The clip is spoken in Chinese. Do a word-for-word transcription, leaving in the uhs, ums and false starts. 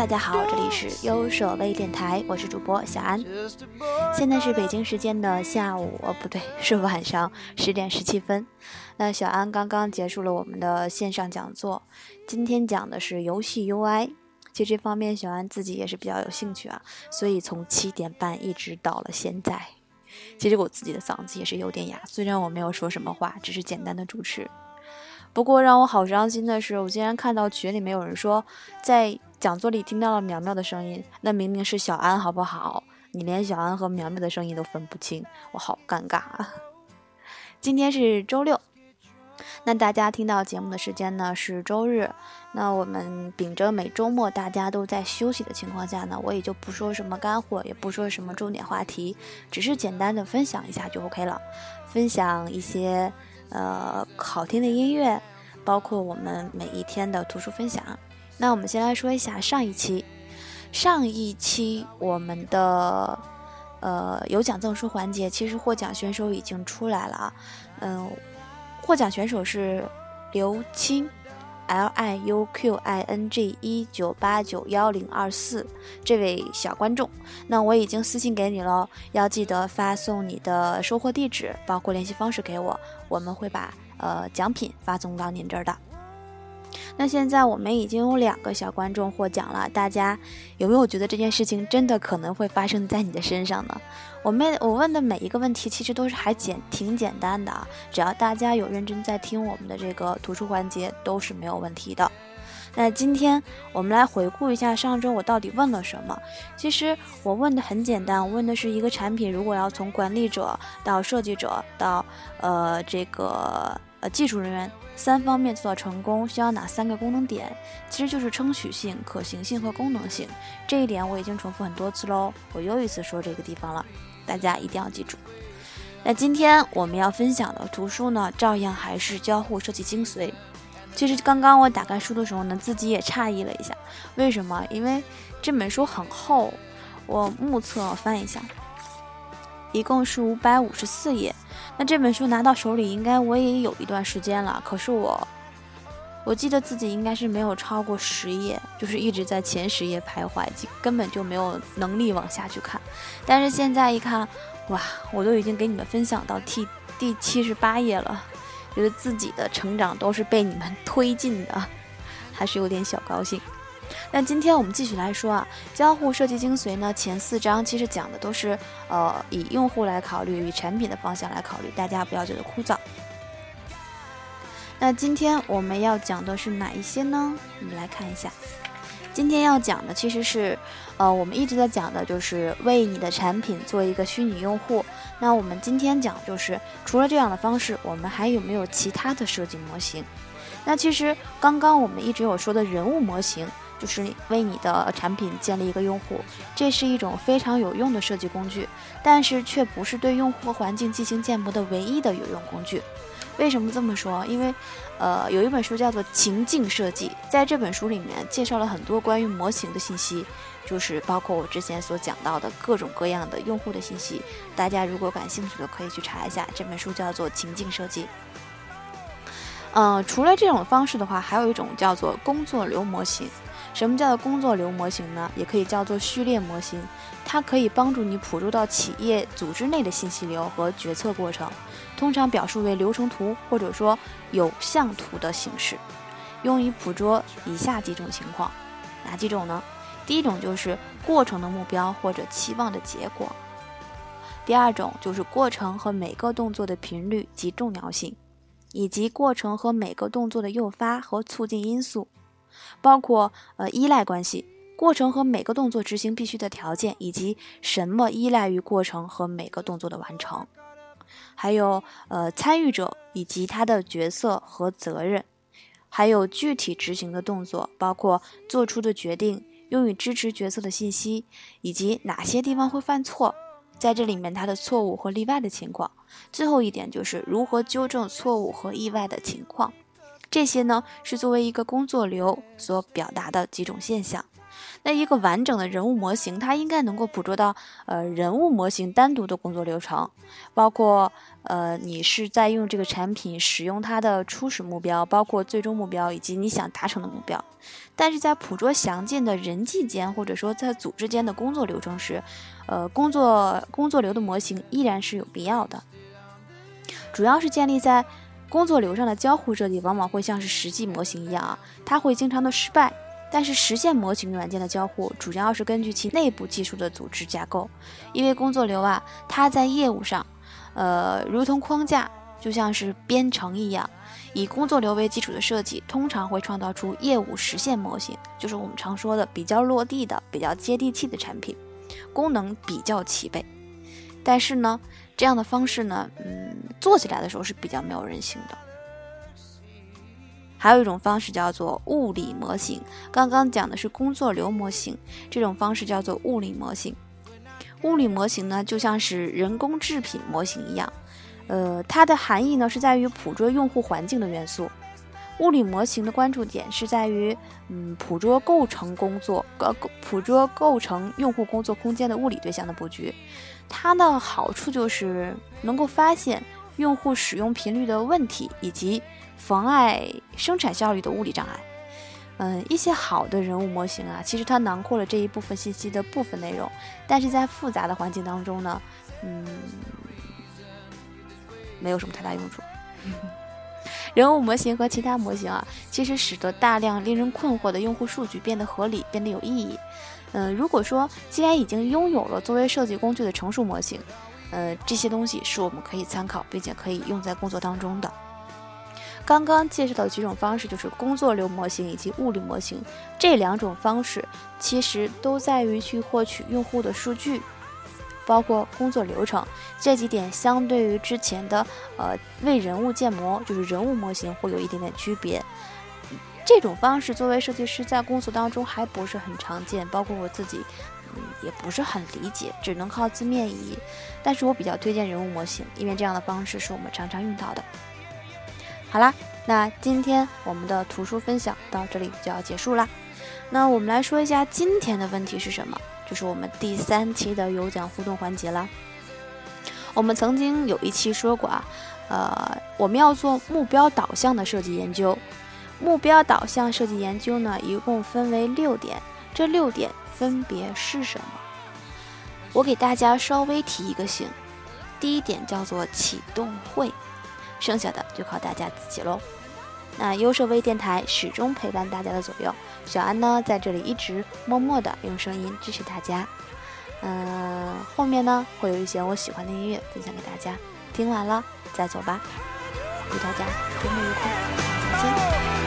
大家好，这里是优舍微电台，我是主播小安。现在是北京时间的下午，哦不对，是晚上十点十七分。那小安刚刚结束了我们的线上讲座，今天讲的是游戏 U I。其实这方面小安自己也是比较有兴趣啊，所以从七点半一直到了现在。其实我自己的嗓子也是有点哑，虽然我没有说什么话，只是简单的主持。不过让我好伤心的是，我竟然看到群里面有人说，在讲座里听到了苗苗的声音，那明明是小安好不好？你连小安和苗苗的声音都分不清，我好尴尬啊！今天是周六，那大家听到节目的时间呢是周日，那我们秉着每周末大家都在休息的情况下呢，我也就不说什么干货，也不说什么重点话题，只是简单的分享一下就 OK 了，分享一些呃好听的音乐，包括我们每一天的图书分享。那我们先来说一下上一期，上一期我们的呃有奖赠书环节，其实获奖选手已经出来了啊，嗯、呃，获奖选手是刘青 L I U Q I N G 一九八九一零二四这位小观众，那我已经私信给你了，要记得发送你的收货地址，包括联系方式给我，我们会把呃奖品发送到您这儿的。那现在我们已经有两个小观众获奖了，大家有没有觉得这件事情真的可能会发生在你的身上呢？我们我问的每一个问题其实都是还简挺简单的啊，只要大家有认真在听我们的这个图书环节都是没有问题的。那今天我们来回顾一下上周我到底问了什么。其实我问的很简单，我问的是一个产品如果要从管理者到设计者到呃这个呃技术人员三方面做到成功，需要哪三个功能点？其实就是称取性、可行性和功能性。这一点我已经重复很多次喽，我又一次说这个地方了，大家一定要记住。那今天我们要分享的图书呢，照样还是交互设计精髓。其实刚刚我打开书的时候呢，自己也诧异了一下，为什么？因为这本书很厚，我目测翻一下，一共是五百五十四页。那这本书拿到手里应该我也有一段时间了，可是我我记得自己应该是没有超过十页，就是一直在前十页徘徊，根本就没有能力往下去看。但是现在一看，哇，我都已经给你们分享到第第七十八页了，觉得自己的成长都是被你们推进的，还是有点小高兴。那今天我们继续来说啊，交互设计精髓呢，前四章其实讲的都是呃以用户来考虑，以产品的方向来考虑，大家不要觉得枯燥。那今天我们要讲的是哪一些呢？我们来看一下，今天要讲的其实是呃我们一直在讲的就是为你的产品做一个虚拟用户。那我们今天讲就是除了这样的方式，我们还有没有其他的设计模型？那其实刚刚我们一直有说的人物模型，就是为你的产品建立一个用户，这是一种非常有用的设计工具，但是却不是对用户环境进行建模的唯一的有用工具。为什么这么说？因为呃，有一本书叫做情境设计，在这本书里面介绍了很多关于模型的信息，就是包括我之前所讲到的各种各样的用户的信息，大家如果感兴趣的可以去查一下，这本书叫做情境设计。呃，除了这种方式的话，还有一种叫做工作流模型。什么叫做工作流模型呢？也可以叫做序列模型，它可以帮助你捕捉到企业组织内的信息流和决策过程，通常表述为流程图或者说有向图的形式，用于捕捉以下几种情况。哪几种呢？第一种就是过程的目标或者期望的结果，第二种就是过程和每个动作的频率及重要性，以及过程和每个动作的诱发和促进因素，包括呃依赖关系，过程和每个动作执行必须的条件，以及什么依赖于过程和每个动作的完成，还有呃参与者以及他的角色和责任，还有具体执行的动作，包括做出的决定、用于支持决策的信息，以及哪些地方会犯错，在这里面它的错误和例外的情况。最后一点就是如何纠正错误和意外的情况。这些呢是作为一个工作流所表达的几种现象。 那一个完整的人物模型，它应该能够捕捉到呃人物模型单独的工作流程，包括呃你是在用这个产品使用它的初始目标，包括最终目标以及你想达成的目标。但是在捕捉详尽的人际间或者说在组织间的工作流程时，呃工作工作流的模型依然是有必要的。主要是建立在工作流上的交互设计往往会像是实际模型一样啊，它会经常的失败。但是实现模型软件的交互主要是根据其内部技术的组织架构，因为工作流啊，它在业务上，呃，如同框架，就像是编程一样，以工作流为基础的设计，通常会创造出业务实现模型，就是我们常说的比较落地的、比较接地气的产品，功能比较齐备。但是呢，这样的方式呢，嗯，做起来的时候是比较没有人性的。还有一种方式叫做物理模型，刚刚讲的是工作流模型，这种方式叫做物理模型。物理模型呢，就像是人工制品模型一样，呃，它的含义呢是在于捕捉用户环境的元素。物理模型的关注点是在于，嗯，捕捉构成工作，呃，捕捉构成用户工作空间的物理对象的布局。它的好处就是能够发现用户使用频率的问题，以及妨碍生产效率的物理障碍。嗯，一些好的人物模型啊，其实它囊括了这一部分信息的部分内容，但是在复杂的环境当中呢，嗯，没有什么太大用处。人物模型和其他模型啊，其实使得大量令人困惑的用户数据变得合理，变得有意义。嗯、呃，如果说既然已经拥有了作为设计工具的成熟模型，呃，这些东西是我们可以参考并且可以用在工作当中的。刚刚介绍的几种方式，就是工作流模型以及物理模型，这两种方式其实都在于去获取用户的数据，包括工作流程，这几点相对于之前的呃为人物建模，就是人物模型会有一点点区别。这种方式作为设计师在工作当中还不是很常见，包括我自己嗯也不是很理解，只能靠字面意义。但是我比较推荐人物模型，因为这样的方式是我们常常用到的。好啦，那今天我们的图书分享到这里就要结束啦。那我们来说一下今天的问题是什么，就是我们第三期的有奖互动环节啦。我们曾经有一期说过啊，呃，我们要做目标导向的设计研究。目标导向设计研究呢，一共分为六点，这六点分别是什么？我给大家稍微提一个醒。第一点叫做启动会，剩下的就靠大家自己喽。那优设微电台始终陪伴大家的左右，小安呢在这里一直默默的用声音支持大家。嗯、呃，后面呢会有一些我喜欢的音乐分享给大家，听完了再走吧。祝大家周末愉快，再见。